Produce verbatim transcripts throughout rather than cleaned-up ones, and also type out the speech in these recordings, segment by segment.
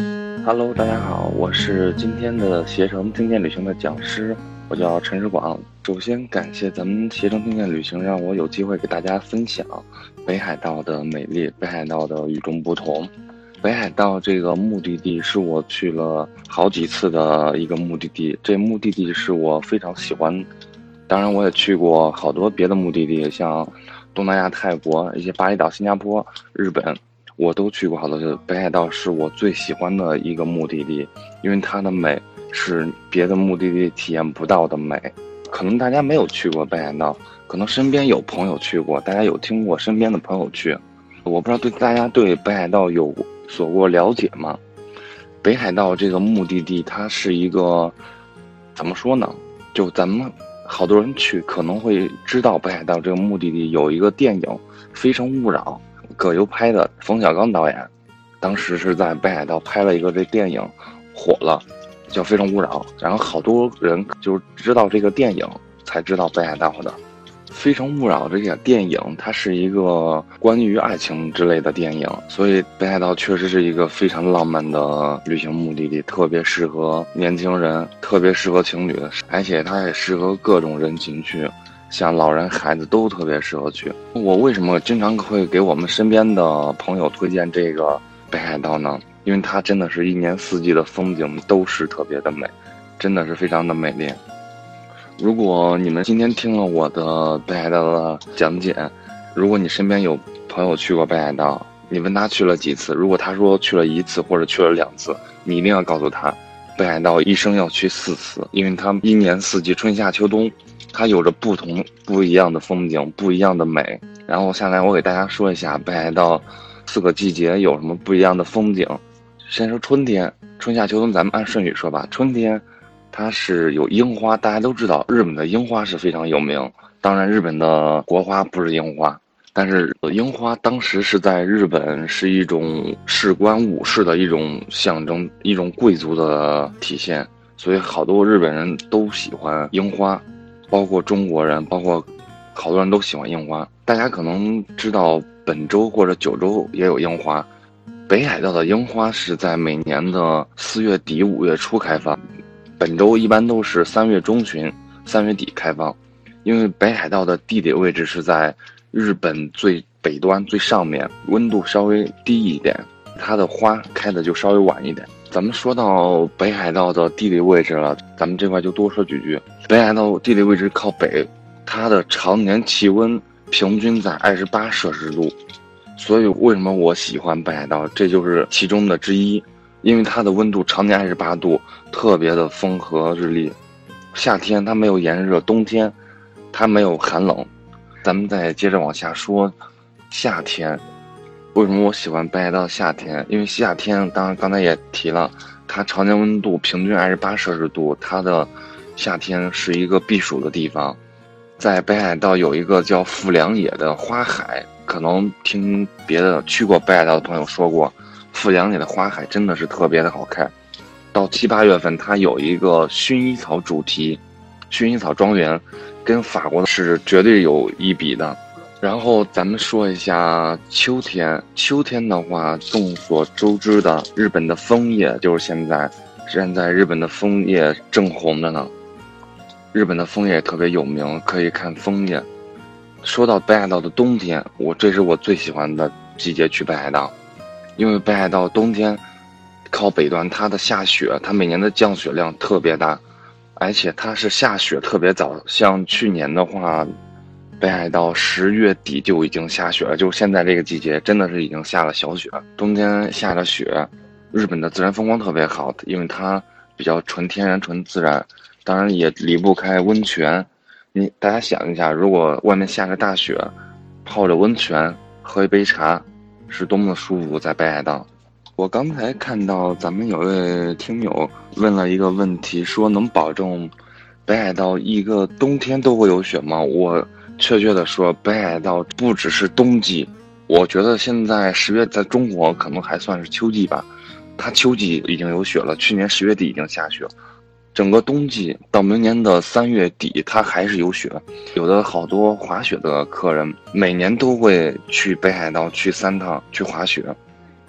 Hello，大家好，我是今天的携程听见旅行的讲师，我叫陈世广。首先感谢咱们携程听见旅行，让我有机会给大家分享北海道的美丽，北海道的与众不同。北海道这个目的地是我去了好几次的一个目的地，这目的地是我非常喜欢。当然，我也去过好多别的目的地，像东南亚、泰国、一些巴厘岛、新加坡、日本。我都去过好多次，北海道是我最喜欢的一个目的地，因为它的美是别的目的地体验不到的美。可能大家没有去过北海道，可能身边有朋友去过，大家有听过身边的朋友去，我不知道对大家对北海道有所过了解吗？北海道这个目的地，它是一个怎么说呢？就咱们好多人去可能会知道北海道这个目的地有一个电影《非诚勿扰》。葛优拍的，冯小刚导演，当时是在北海道拍了一个这电影，火了，叫《非诚勿扰》。然后好多人就知道这个电影，才知道北海道的《非诚勿扰》这个电影，它是一个关于爱情之类的电影，所以北海道确实是一个非常浪漫的旅行目的地，特别适合年轻人，特别适合情侣，而且它也适合各种人群去。像老人孩子都特别适合去。我为什么经常会给我们身边的朋友推荐这个北海道呢？因为它真的是一年四季的风景都是特别的美，真的是非常的美丽。如果你们今天听了我的北海道的讲解，如果你身边有朋友去过北海道，你问他去了几次，如果他说去了一次或者去了两次，你一定要告诉他，北海道一生要去四次，因为它一年四季春夏秋冬，它有着不同不一样的风景，不一样的美。然后下来我给大家说一下北海道四个季节有什么不一样的风景。先说春天，春夏秋冬咱们按顺序说吧。春天它是有樱花，大家都知道日本的樱花是非常有名，当然日本的国花不是樱花，但是樱花当时是在日本是一种士官武士的一种象征，一种贵族的体现，所以好多日本人都喜欢樱花，包括中国人，包括好多人都喜欢樱花。大家可能知道本州或者九州也有樱花，北海道的樱花是在每年的四月底五月初开放，本州一般都是三月中旬三月底开放。因为北海道的地理位置是在日本最北端最上面，温度稍微低一点，它的花开的就稍微晚一点。咱们说到北海道的地理位置了，咱们这块就多说几句。北海道地理位置靠北，它的常年气温平均在二十八摄氏度，所以为什么我喜欢北海道，这就是其中的之一。因为它的温度常年二十八度，特别的风和日丽。夏天它没有炎热，冬天它没有寒冷。咱们再接着往下说，夏天为什么我喜欢北海道夏天？因为夏天当然刚才也提了，它常年温度平均二十八摄氏度，它的夏天是一个避暑的地方。在北海道有一个叫富良野的花海，可能听别的去过北海道的朋友说过，富良野的花海真的是特别的好看。到七八月份它有一个薰衣草主题，薰衣草庄园跟法国是绝对有一比的。然后咱们说一下秋天，秋天的话，众所周知的日本的枫叶，就是现在现在日本的枫叶正红的呢。日本的枫叶也特别有名，可以看枫叶。说到北海道的冬天，我这是我最喜欢的季节去北海道，因为北海道冬天靠北端，它的下雪，它每年的降雪量特别大，而且它是下雪特别早，像去年的话，北海道十月底就已经下雪了，就现在这个季节真的是已经下了小雪。冬天下了雪，日本的自然风光特别好，因为它比较纯天然纯自然，当然也离不开温泉。你大家想一下，如果外面下着大雪，泡着温泉喝一杯茶，是多么的舒服。在北海道，我刚才看到咱们有位听友问了一个问题，说能保证北海道一个冬天都会有雪吗？我确切的说，北海道不只是冬季，我觉得现在十月在中国可能还算是秋季吧，它秋季已经有雪了，去年十月底已经下雪，整个冬季到明年的三月底它还是有雪。有的好多滑雪的客人每年都会去北海道去三趟去滑雪。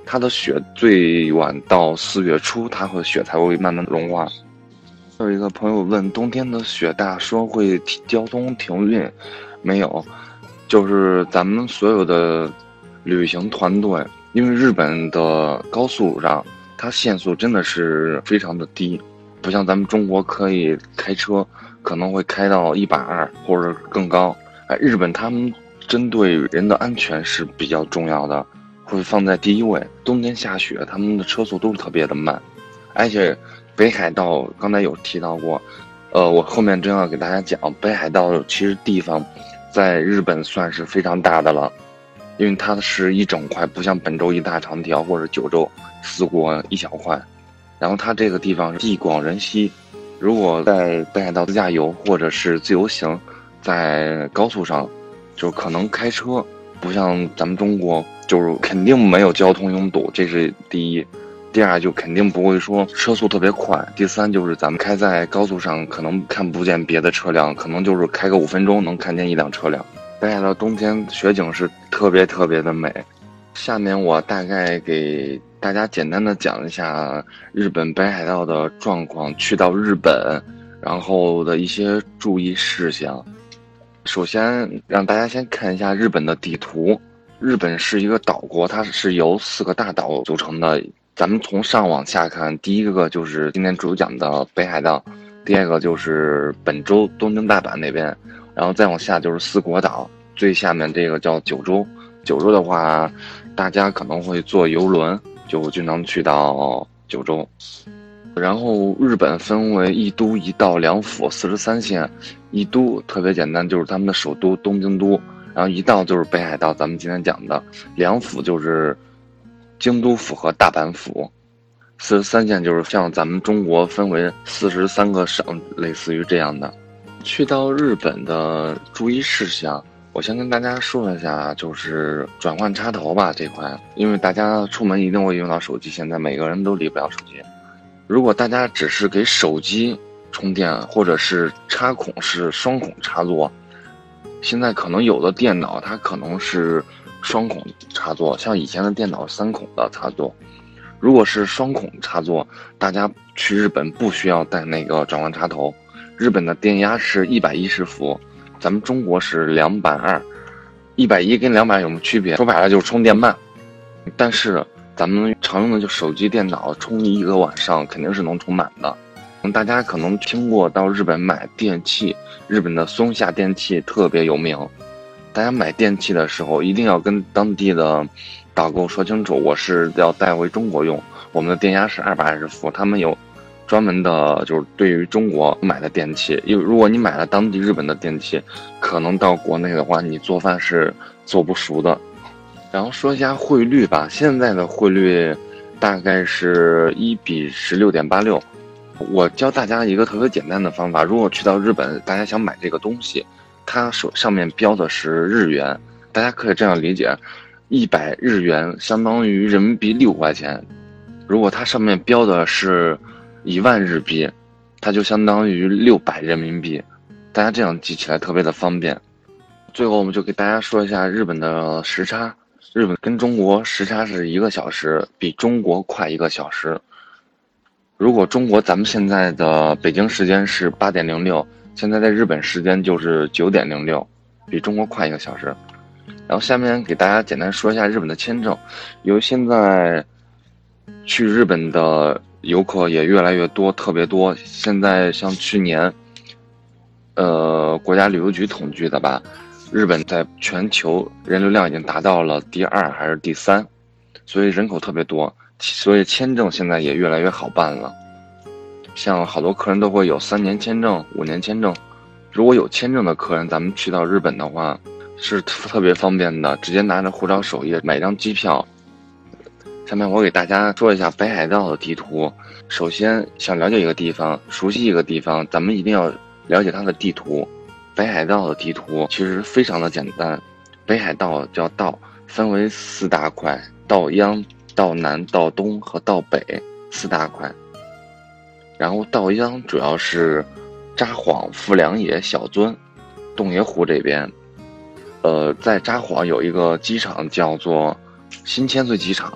它的雪最晚到四月初，它会雪才会慢慢融化。有一个朋友问，冬天的雪大，说会交通停运，没有，就是咱们所有的旅行团队，因为日本的高速上，它限速真的是非常的低，不像咱们中国可以开车可能会开到一百二或者更高。哎，日本他们针对人的安全是比较重要的，会放在第一位。冬天下雪，他们的车速都是特别的慢，而且北海道刚才有提到过，呃，我后面正要给大家讲，北海道其实地方在日本算是非常大的了，因为它是一整块，不像本州一大长条或者九州四国一小块。然后它这个地方是地广人稀，如果在北海道自驾游或者是自由行，在高速上，就可能开车不像咱们中国，就是肯定没有交通拥堵，这是第一。第二，就肯定不会说车速特别快。第三，就是咱们开在高速上，可能看不见别的车辆，可能就是开个五分钟能看见一辆车辆。北海道冬天雪景是特别特别的美。下面我大概给大家简单的讲一下日本北海道的状况，去到日本然后的一些注意事项。首先让大家先看一下日本的地图。日本是一个岛国，它是由四个大岛组成的。咱们从上往下看，第一个就是今天主讲的北海道，第二个就是本州东京大阪那边，然后再往下就是四国岛，最下面这个叫九州。九州的话，大家可能会坐游轮，就就能去到九州。然后日本分为一都一道两府四十三县，一都特别简单，就是他们的首都东京都，然后一道就是北海道，咱们今天讲的，两府就是京都府和大阪府，四十三县就是像咱们中国分为四十三个省，类似于这样的。去到日本的注意事项，我先跟大家说一下，就是转换插头吧这块，因为大家出门一定会用到手机，现在每个人都离不了手机。如果大家只是给手机充电，或者是插孔是双孔插座，现在可能有的电脑它可能是双孔插座，像以前的电脑三孔的插座。如果是双孔插座，大家去日本不需要带那个转换插头。日本的电压是一百一十伏，咱们中国是两百二十，一百一跟两百有什么区别？说白了就是充电慢。但是咱们常用的就手机、电脑充一个晚上肯定是能充满的。大家可能听过到日本买电器，日本的松下电器特别有名。大家买电器的时候一定要跟当地的导购说清楚，我是要带回中国用，我们的电压是二百二十伏，他们有专门的就是对于中国买的电器。因为如果你买了当地日本的电器，可能到国内的话你做饭是做不熟的。然后说一下汇率吧，现在的汇率大概是一比十六点八六。我教大家一个特别简单的方法，如果去到日本，大家想买这个东西，它手上面标的是日元，大家可以这样理解，一百日元相当于人民币六块钱。如果它上面标的是一万日币，它就相当于六百人民币。大家这样记起来特别的方便。最后我们就给大家说一下日本的时差。日本跟中国时差是一个小时，比中国快一个小时。如果中国咱们现在的北京时间是八点零六，现在在日本时间就是九点零六，比中国快一个小时。然后下面给大家简单说一下日本的签证。由于现在去日本的游客也越来越多，特别多。现在像去年，呃，国家旅游局统计的吧，日本在全球人流量已经达到了第二还是第三，所以人口特别多。所以签证现在也越来越好办了，像好多客人都会有三年签证、五年签证。如果有签证的客人，咱们去到日本的话是特别方便的，直接拿着护照首页买张机票。下面我给大家说一下北海道的地图。首先想了解一个地方，熟悉一个地方，咱们一定要了解它的地图。北海道的地图其实非常的简单，北海道叫道，分为四大块：道央、道南、道东和道北四大块。然后道央主要是札幌、富良野、小樽、洞爷湖这边。呃，在札幌有一个机场叫做新千岁机场，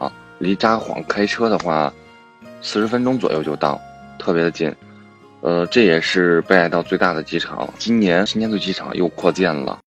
离札幌开车的话，四十分钟左右就到，特别的近。呃，这也是北海道最大的机场，今年新千岁机场又扩建了。